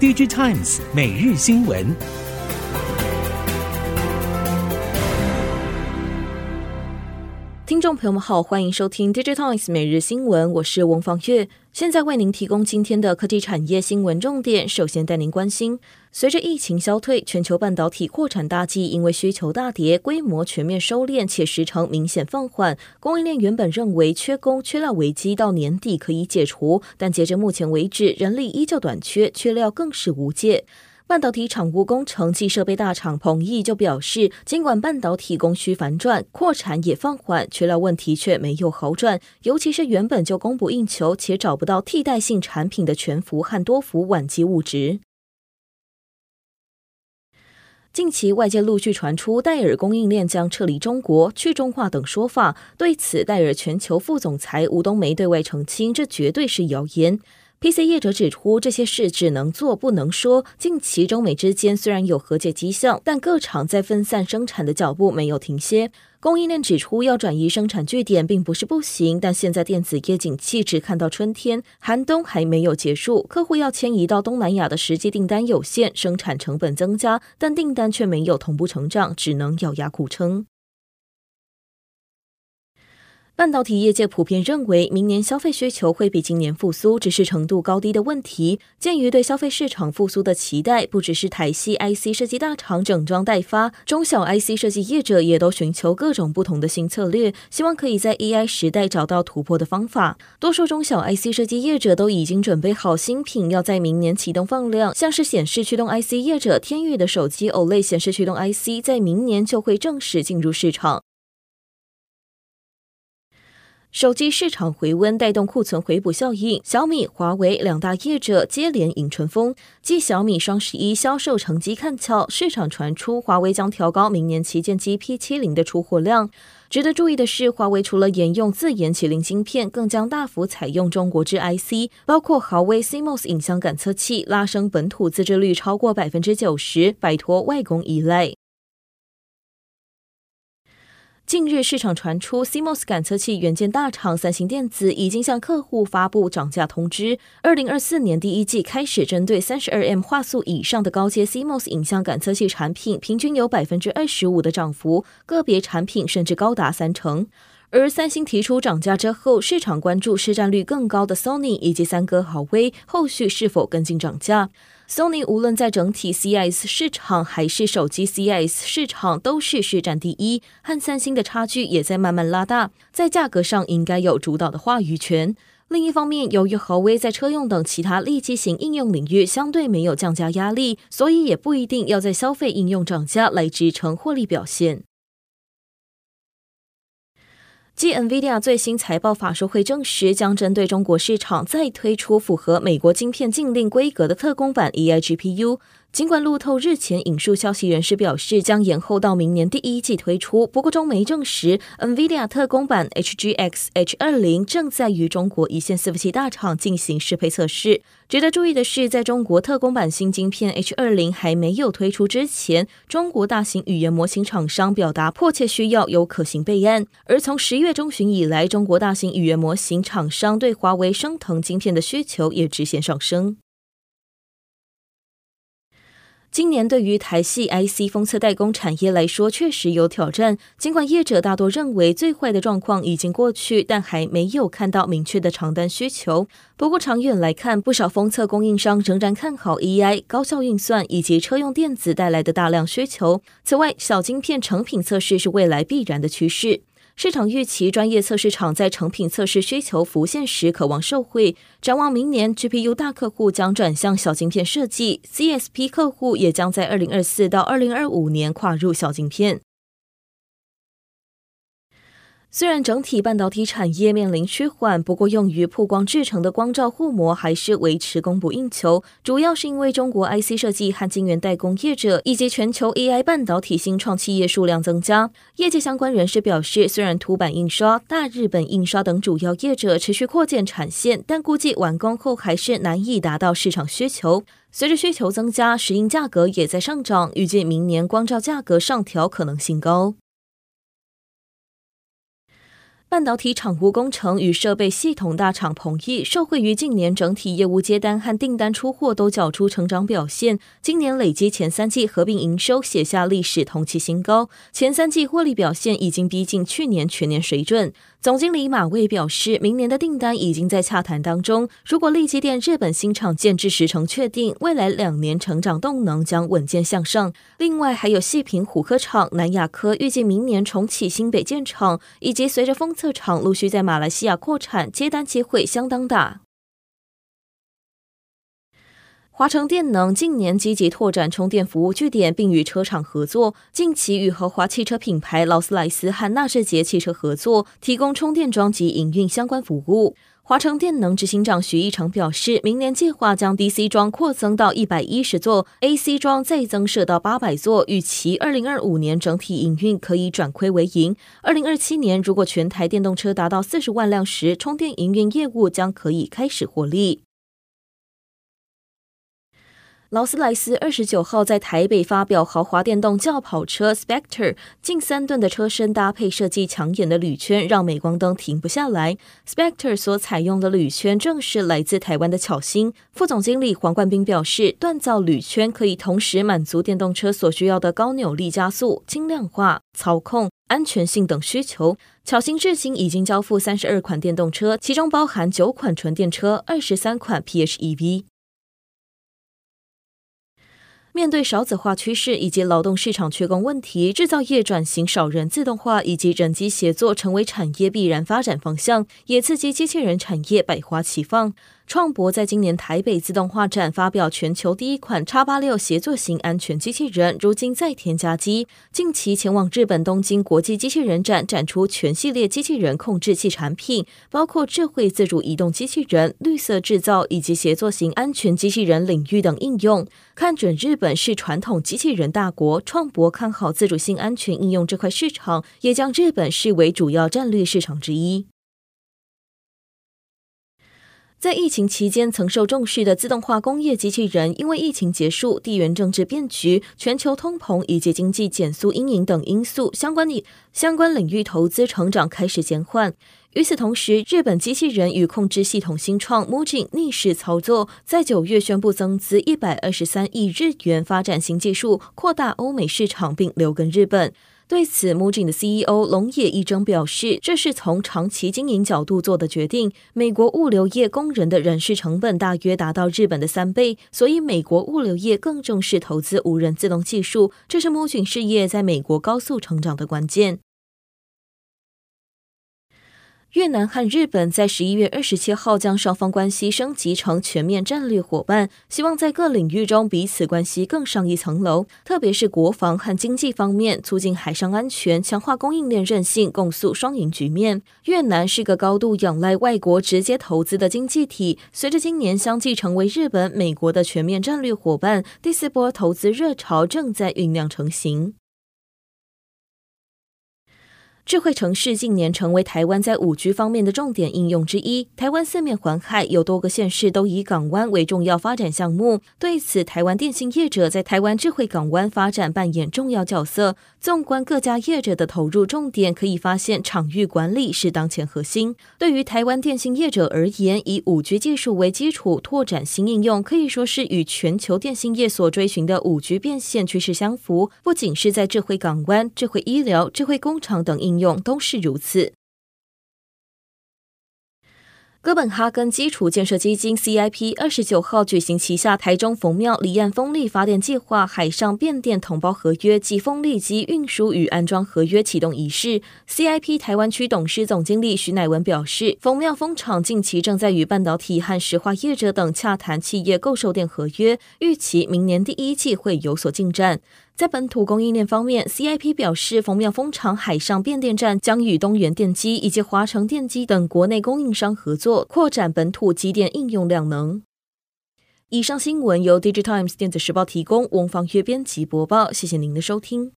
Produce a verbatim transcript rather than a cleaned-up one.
D J Times 每日新闻。 听众朋友们好，欢迎收听 D J Times 每日新闻，我是翁方月，现在为您提供今天的科技产业新闻重点。首先带您关心，随着疫情消退，全球半导体扩产大计因为需求大跌，规模全面收敛，且时程明显放缓。供应链原本认为缺工缺料危机到年底可以解除，但截至目前为止，人力依旧短缺，缺料更是无界。半导体厂务工程及设备大厂鹏毅就表示，尽管半导体供需反转，扩产也放缓，缺料问题却没有好转，尤其是原本就供不应求且找不到替代性产品的全幅和多幅晚基物质。近期外界陆续传出戴尔供应链将撤离中国、去中化等说法，对此戴尔全球副总裁吴东梅对外澄清，这绝对是谣言。P C 业者指出，这些事只能做不能说。近期中美之间虽然有和解迹象，但各厂在分散生产的脚步没有停歇。供应链指出，要转移生产据点并不是不行，但现在电子业景气只看到春天，寒冬还没有结束，客户要迁移到东南亚的实际订单有限，生产成本增加，但订单却没有同步成长，只能咬牙苦撑。半导体业界普遍认为，明年消费需求会比今年复苏，只是程度高低的问题。鉴于对消费市场复苏的期待，不只是台系 I C 设计大厂整装待发，中小 I C 设计业者也都寻求各种不同的新策略，希望可以在 A I 时代找到突破的方法。多数中小 I C 设计业者都已经准备好新品，要在明年启动放量，像是显示驱动 I C 业者天宇的手机 O L E D 显示驱动 I C 在明年就会正式进入市场。手机市场回温带动库存回补效应，小米、华为两大业者接连迎春风。继小米双十一销售成绩看俏，市场传出华为将调高明年旗舰机 P七十 的出货量。值得注意的是，华为除了沿用自研麒麟晶片，更将大幅采用中国制 I C， 包括豪威 C M O S 影像感测器，拉升本土自制率超过 百分之九十， 摆脱外供依赖。近日市场传出 C M O S 感测器元件大厂三星电子已经向客户发布涨价通知，二零二四年第一季开始针对 三十二 M 画素以上的高阶 C M O S 影像感测器产品，平均有 百分之二十五 的涨幅，个别产品甚至高达三成。而三星提出涨价之后，市场关注市占率更高的 Sony 以及三哥豪威后续是否跟进涨价。Sony 无论在整体 C I S 市场还是手机 C I S 市场都是市占第一，和三星的差距也在慢慢拉大，在价格上应该有主导的话语权。另一方面，由于豪威在车用等其他利基型应用领域相对没有降价压力，所以也不一定要在消费应用涨价来支撑获利表现。继 NVIDIA 最新财报法说会证实，将针对中国市场再推出符合美国晶片禁令规格的特供版 A I G P U。尽管路透日前引述消息人士表示将延后到明年第一季推出，不过中媒证实 NVIDIA 特供版 H G X H 二十 正在与中国一线伺服器大厂进行适配测试。值得注意的是，在中国特供版新晶片 H 二十 还没有推出之前，中国大型语言模型厂商表达迫切需要有可行备案，而从十月中旬以来，中国大型语言模型厂商对华为升腾晶片的需求也直线上升。今年对于台系 I C 封测代工产业来说确实有挑战，尽管业者大多认为最坏的状况已经过去，但还没有看到明确的长单需求。不过长远来看，不少封测供应商仍然看好 A I、高效运算以及车用电子带来的大量需求。此外，小晶片成品测试是未来必然的趋势。市场预期专业测试厂在成品测试需求浮现时可望受惠，展望明年 G P U 大客户将转向小晶片设计， C S P 客户也将在二零二四到二零二五年跨入小晶片。虽然整体半导体产业面临趋缓，不过用于曝光制成的光罩护膜还是维持供不应求，主要是因为中国 I C 设计和晶圆代工业者以及全球 A I 半导体新创企业数量增加。业界相关人士表示，虽然凸版印刷、大日本印刷等主要业者持续扩建产线，但估计完工后还是难以达到市场需求。随着需求增加，石英价格也在上涨，预计明年光罩价格上调可能性高。 半导体厂务工程与设备系统大厂鹏毅受惠于近年整体业务接单和订单出货都缴出成长表现，今年累积前三季合并营收写下历史同期新高，前三季获利表现已经逼近去年全年水准。总经理马蔚表示，明年的订单已经在洽谈当中，如果力积电日本新厂建制时程确定，未来两年成长动能将稳健向上。另外还有细品虎科厂、南亚科预计明年重启新北建厂，以及随着封测厂陆续在马来西亚扩产，接单机会相当大。华城电能近年积极拓展充电服务据点，并与车厂合作。近期与豪华汽车品牌劳斯莱斯和纳智捷汽车合作，提供充电桩及营运相关服务。华城电能执行长徐一成表示，明年计划将 D C 桩扩增到一百一十座， A C 桩再增设到八百座，预期二零二五年整体营运可以转亏为盈。二零二七年如果全台电动车达到四十万辆时，充电营运业务将可以开始获利。劳斯莱斯二十九号在台北发表豪华电动轿跑车 Spectre， 近三吨的车身搭配设计抢眼的铝圈，让镁光灯停不下来。Spectre 所采用的铝圈正是来自台湾的巧新。副总经理黄冠斌表示，锻造铝圈可以同时满足电动车所需要的高扭力加速、轻量化、操控、安全性等需求。巧新至今已经交付三十二款电动车，其中包含九款纯电车、二十三款 P H E V。面对少子化趋势以及劳动市场缺工问题，制造业转型少人自动化以及人机协作成为产业必然发展方向，也刺激机器人产业百花齐放。创博在今年台北自动化展发表全球第一款 X八十六 协作型安全机器人，如今再添加机。近期前往日本东京国际机器人展，展出全系列机器人控制器产品，包括智慧自主移动机器人、绿色制造以及协作型安全机器人领域等应用。看准日本是传统机器人大国，创博看好自主性安全应用这块市场，也将日本视为主要战略市场之一。在疫情期间曾受重视的自动化工业机器人，因为疫情结束、地缘政治变局、全球通膨以及经济减速阴影等因素，相关相关领域投资成长开始减缓。与此同时，日本机器人与控制系统新创 Mujin 逆势操作，在九月宣布增资一百二十三亿日元发展新技术，扩大欧美市场并留根日本。对此 Mujin 的 C E O 龙野一征表示，这是从长期经营角度做的决定。美国物流业工人的人事成本大约达到日本的三倍，所以美国物流业更重视投资无人自动技术，这是 Mujin 事业在美国高速成长的关键。越南和日本在十一月二十七号将双方关系升级成全面战略伙伴，希望在各领域中彼此关系更上一层楼，特别是国防和经济方面，促进海上安全，强化供应链韧性，共塑双赢局面。越南是个高度仰赖外国直接投资的经济体，随着今年相继成为日本、美国的全面战略伙伴，第四波投资热潮正在酝酿成型。智慧城市近年成为台湾在 五 G 方面的重点应用之一。台湾四面环海，有多个县市都以港湾为重要发展项目。对此，台湾电信业者在台湾智慧港湾发展扮演重要角色。纵观各家业者的投入重点，可以发现场域管理是当前核心。对于台湾电信业者而言，以 五 G 技术为基础拓展新应用，可以说是与全球电信业所追寻的 五 G 变现趋势相符。不仅是在智慧港湾、智慧医疗、智慧工厂等应用都是如此。哥本哈根基础建设基金 C I P 二十九号举行旗下台中丰庙离岸风力发电计划海上变电统包合约及风力机运输与安装合约启动仪式。C I P 台湾区董事总经理徐乃文表示，丰庙风场近期正在与半导体和石化业者等洽谈企业购售电合约，预期明年第一季会有所进展。在本土供应链方面 ，C I P 表示，丰庙风场海上变电站将与东元电机以及华城电机等国内供应商合作，扩展本土机电应用量能。以上新闻由 Digitimes 电子时报提供，翁方月编辑播报，谢谢您的收听。